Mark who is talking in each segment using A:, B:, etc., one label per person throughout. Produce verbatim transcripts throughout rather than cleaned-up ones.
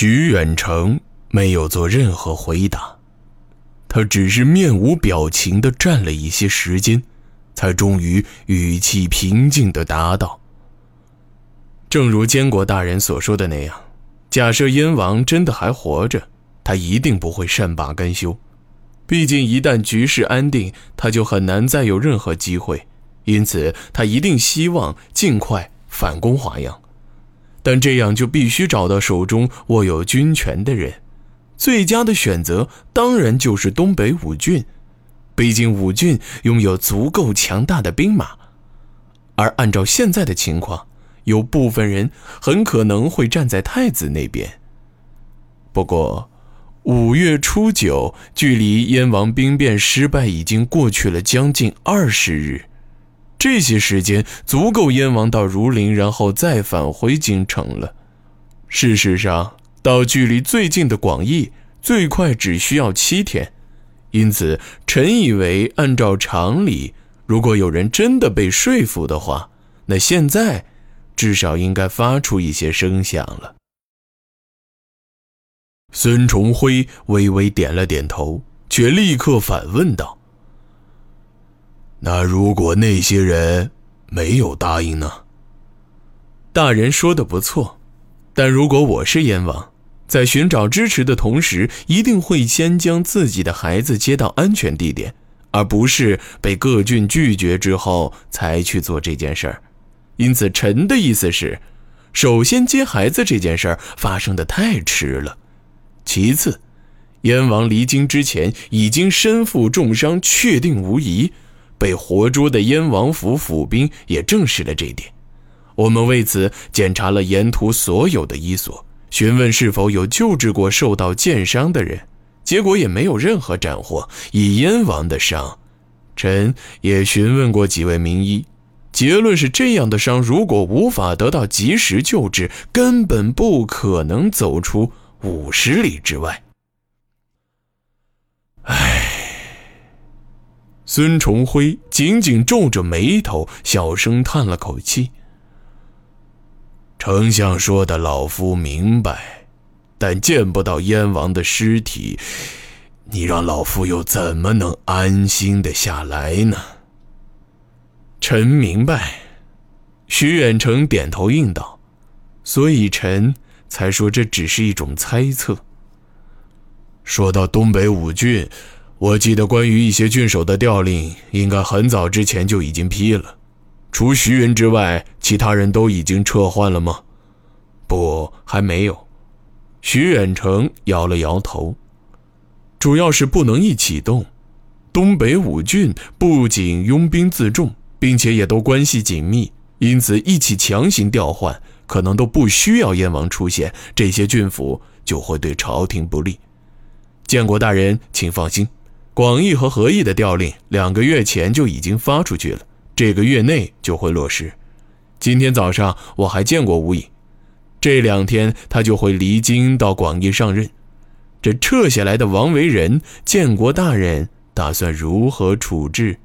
A: 徐远成没有做任何回答，他只是面无表情地站了一些时间，才终于语气平静地答道：正如监国大人所说的那样，假设燕王真的还活着，他一定不会善罢甘休。毕竟一旦局势安定，他就很难再有任何机会，因此他一定希望尽快反攻华阳。但这样就必须找到手中握有军权的人，最佳的选择当然就是东北五郡，毕竟五郡拥有足够强大的兵马，而按照现在的情况，有部分人很可能会站在太子那边。不过五月初九，距离燕王兵变失败已经过去了将近二十日，这些时间足够燕王到如陵，然后再返回京城了。事实上，到距离最近的广义，最快只需要七天。因此，臣以为按照常理，如果有人真的被说服的话，那现在至少应该发出一些声响了。孙重辉微微点了点头，却立刻反问道：那如果那些人没有答应呢？大人说的不错，但如果我是燕王，在寻找支持的同时，一定会先将自己的孩子接到安全地点，而不是被各郡拒绝之后才去做这件事儿。因此臣的意思是，首先接孩子这件事儿发生的太迟了，其次燕王离京之前已经身负重伤，确定无疑，被活捉的燕王府府兵也证实了这一点。我们为此检查了沿途所有的医所，询问是否有救治过受到箭伤的人，结果也没有任何斩获。以燕王的伤，臣也询问过几位名医，结论是这样的伤如果无法得到及时救治，根本不可能走出五十里之外。唉，孙重辉紧紧皱着眉头，小声叹了口气。丞相说的老夫明白，但见不到燕王的尸体，你让老夫又怎么能安心的下来呢？臣明白。徐远成点头应道，所以臣才说这只是一种猜测。说到东北五郡，我记得关于一些郡守的调令应该很早之前就已经批了，除徐云之外，其他人都已经撤换了吗？不，还没有。徐远成摇了摇头，主要是不能一起动。东北五郡不仅拥兵自重，并且也都关系紧密，因此一起强行调换，可能都不需要燕王出现，这些郡府就会对朝廷不利。建国大人请放心，广义和合议的调令两个月前就已经发出去了，这个月内就会落实。今天早上我还见过吴乙，这两天他就会离京到广义上任。这撤下来的王维仁，建国大人打算如何处置？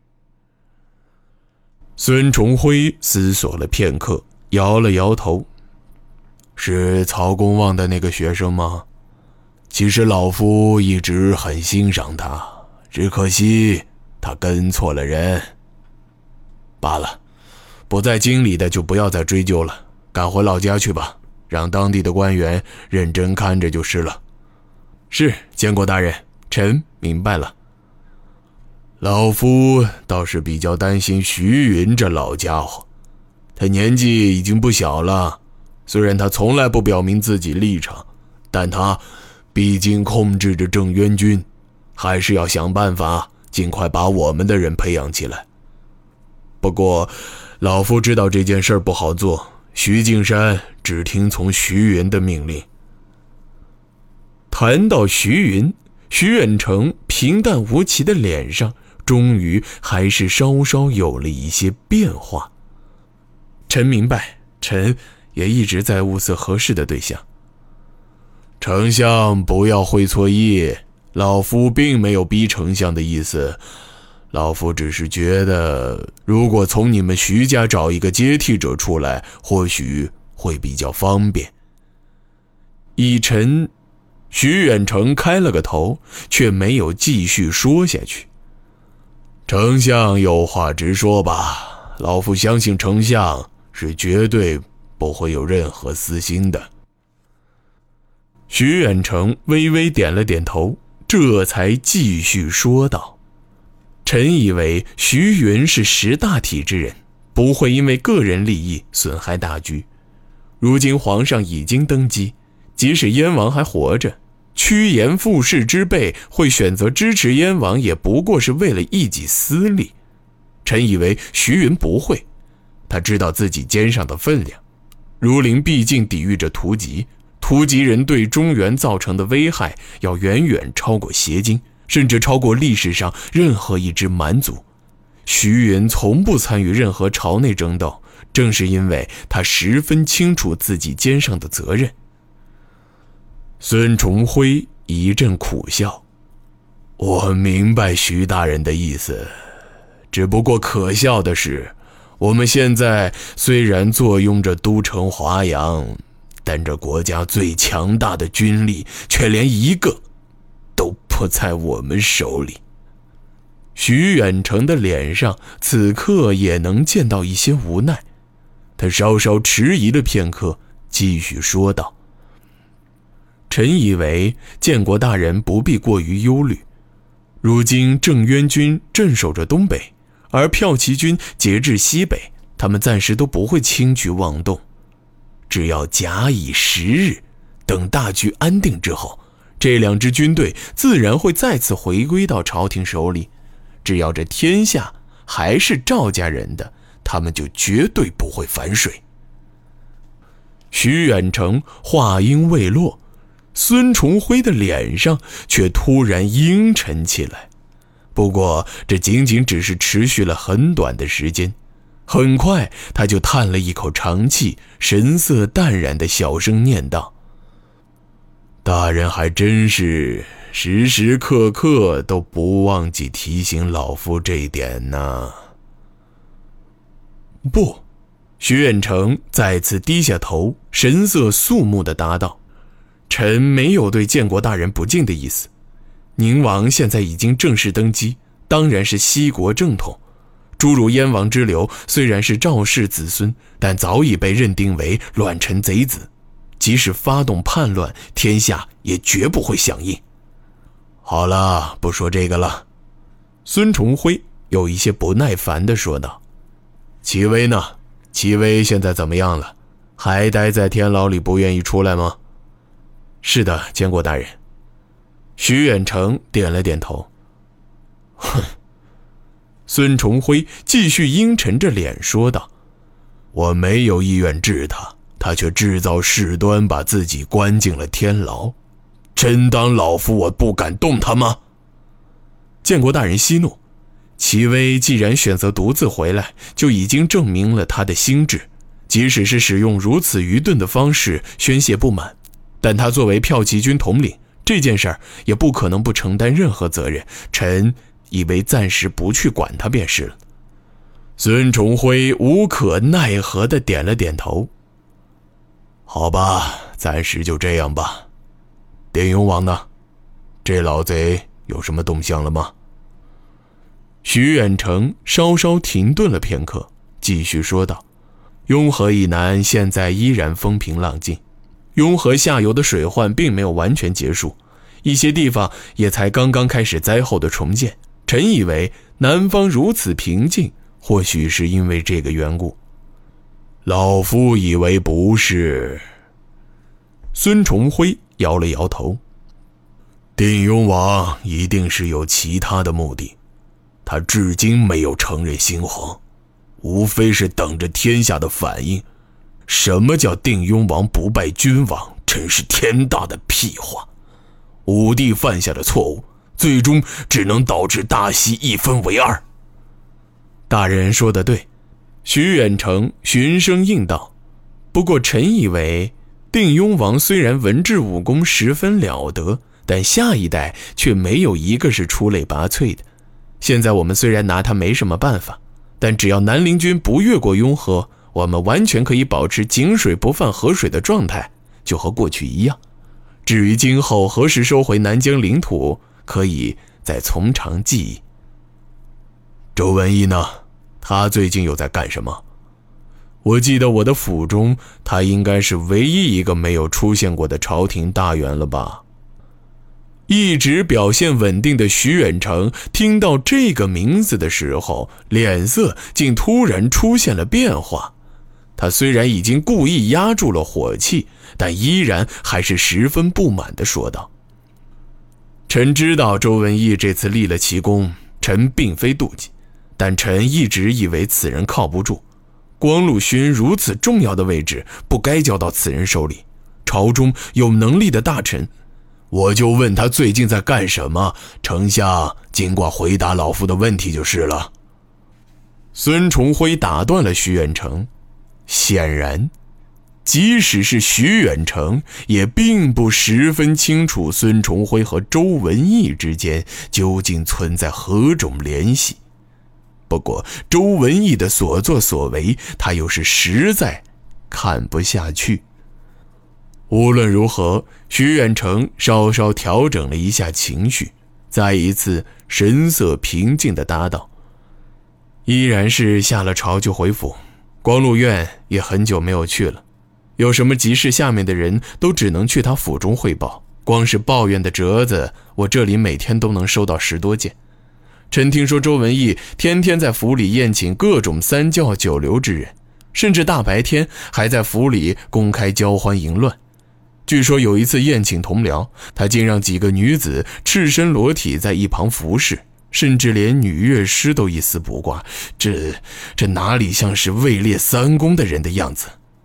A: 孙重辉思索了片刻，摇了摇头。是曹公望的那个学生吗？其实老夫一直很欣赏他，只可惜他跟错了人。罢了，不在京里的就不要再追究了，赶回老家去吧，让当地的官员认真看着就是了。是，监国大人，臣明白了。老夫倒是比较担心徐云这老家伙，他年纪已经不小了，虽然他从来不表明自己立场，但他毕竟控制着正渊军，还是要想办法尽快把我们的人培养起来。不过老夫知道这件事不好做，徐敬山只听从徐云的命令。谈到徐云，徐远成平淡无奇的脸上终于还是稍稍有了一些变化。臣明白，臣也一直在物色合适的对象。丞相不要会错意，老夫并没有逼丞相的意思，老夫只是觉得如果从你们徐家找一个接替者出来，或许会比较方便。 以臣……徐远成开了个头，却没有继续说下去。丞相有话直说吧，老夫相信丞相是绝对不会有任何私心的。徐远成微微点了点头，这才继续说道：臣以为徐云是识大体之人，不会因为个人利益损害大局。如今皇上已经登基，即使燕王还活着，趋炎附势之辈会选择支持燕王，也不过是为了一己私利。臣以为徐云不会，他知道自己肩上的分量。儒林毕竟抵御着突厥，突厥人对中原造成的危害要远远超过邪金，甚至超过历史上任何一支蛮族。徐云从不参与任何朝内争斗，正是因为他十分清楚自己肩上的责任。孙重辉一阵苦笑：我明白徐大人的意思，只不过可笑的是，我们现在虽然坐拥着都城华阳，但这国家最强大的军力却连一个都不在我们手里。徐远成的脸上此刻也能见到一些无奈，他稍稍迟疑了片刻，继续说道：臣以为建国大人不必过于忧虑，如今郑渊军镇守着东北，而骠骑军节制西北，他们暂时都不会轻举妄动。只要假以时日，等大局安定之后，这两支军队自然会再次回归到朝廷手里。只要这天下还是赵家人的，他们就绝对不会反水。徐远成话音未落，孙重辉的脸上却突然阴沉起来。不过这仅仅只是持续了很短的时间，很快他就叹了一口长气，神色淡然地小声念道：大人还真是时时刻刻都不忘记提醒老夫这一点呢。不，徐远成再次低下头，神色肃穆地答道：臣没有对建国大人不敬的意思。宁王现在已经正式登基，当然是西国正统。诸如燕王之流虽然是赵氏子孙，但早已被认定为乱臣贼子，即使发动叛乱，天下也绝不会响应。好了，不说这个了。孙重辉有一些不耐烦地说道：齐威呢？齐威现在怎么样了？还待在天牢里不愿意出来吗？是的，监国大人。徐远成点了点头。哼。孙重辉继续阴沉着脸说道：我没有意愿治他，他却制造事端，把自己关进了天牢。真当老夫我不敢动他吗？建国大人息怒，齐威既然选择独自回来，就已经证明了他的心智。即使是使用如此愚钝的方式宣泄不满，但他作为骠骑军统领，这件事儿也不可能不承担任何责任。臣以为暂时不去管他便是了。孙重辉无可奈何地点了点头。好吧，暂时就这样吧。典雍王呢？这老贼有什么动向了吗？徐远成稍稍停顿了片刻，继续说道：雍河以南现在依然风平浪静，雍河下游的水患并没有完全结束，一些地方也才刚刚开始灾后的重建。臣以为南方如此平静，或许是因为这个缘故。老夫以为不是。孙重辉摇了摇头。定雍王一定是有其他的目的，他至今没有承认新皇，无非是等着天下的反应。什么叫定雍王不拜君王？真是天大的屁话。武帝犯下的错误，最终只能导致大西一分为二。大人说得对，徐远成循声应道。不过臣以为，定雍王虽然文治武功十分了得，但下一代却没有一个是出类拔萃的。现在我们虽然拿他没什么办法，但只要南陵军不越过雍河，我们完全可以保持井水不犯河水的状态，就和过去一样。 至于今后何时收回南疆领土，可以再从长计议。周文义呢？他最近又在干什么？我记得我的府中，他应该是唯一一个没有出现过的朝廷大员了吧？一直表现稳定的徐远成听到这个名字的时候，脸色竟突然出现了变化。他虽然已经故意压住了火气，但依然还是十分不满地说道：臣知道周文义这次立了奇功，臣并非妒忌，但臣一直以为此人靠不住。光禄勋如此重要的位置，不该交到此人手里。朝中有能力的大臣，我就问他最近在干什么，丞相尽管回答老夫的问题就是了。孙重辉打断了徐远成，显然即使是徐远成也并不十分清楚孙重辉和周文义之间究竟存在何种联系。不过周文义的所作所为，他又是实在看不下去。无论如何，徐远成稍稍调整了一下情绪，再一次神色平静地答道：依然是下了朝就回府，光禄院也很久没有去了，有什么急事下面的人都只能去他府中汇报，光是抱怨的折子，我这里每天都能收到十多件。臣听说周文义天天在府里宴请各种三教九流之人，甚至大白天还在府里公开交欢淫乱。据说有一次宴请同僚，他竟让几个女子赤身裸体在一旁服侍，甚至连女乐师都一丝不挂，这这哪里像是位列三公的人的样子？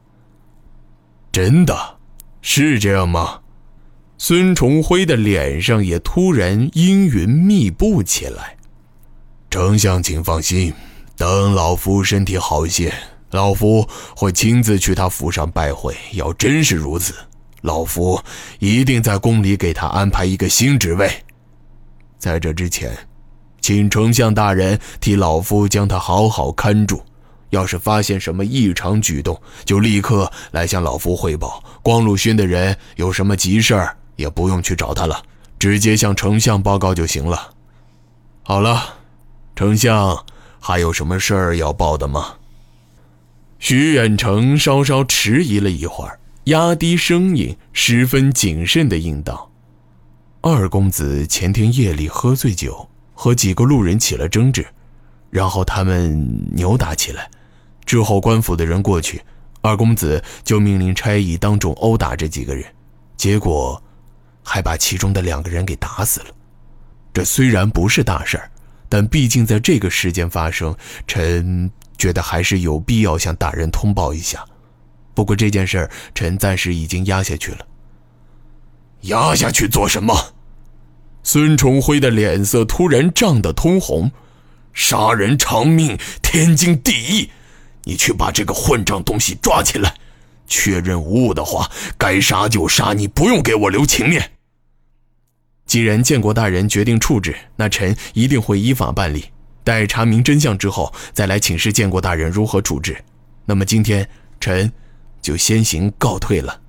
A: 真的是这样吗？孙重辉的脸上也突然阴云密布起来。丞相请放心，等老夫身体好些，老夫会亲自去他府上拜会，要真是如此，老夫一定在宫里给他安排一个新职位。在这之前，请丞相大人替老夫将他好好看住，要是发现什么异常举动，就立刻来向老夫汇报。光禄勋的人有什么急事儿，也不用去找他了，直接向丞相报告就行了。好了，丞相还有什么事儿要报的吗？徐远成稍稍迟疑了一会儿，压低声音，十分谨慎地应道：二公子前天夜里喝醉酒，和几个路人起了争执，然后他们扭打起来，之后官府的人过去，二公子就命令差役当众殴打这几个人，结果还把其中的两个人给打死了。这虽然不是大事儿，但毕竟在这个时间发生，臣觉得还是有必要向大人通报一下。不过这件事儿，臣暂时已经压下去了。压下去做什么？孙重辉的脸色突然涨得通红。杀人偿命，天经地义，你去把这个混账东西抓起来，确认无误的话，该杀就杀，你不用给我留情面。既然建国大人决定处置，那臣一定会依法办理，待查明真相之后，再来请示建国大人如何处置。那么今天臣就先行告退了。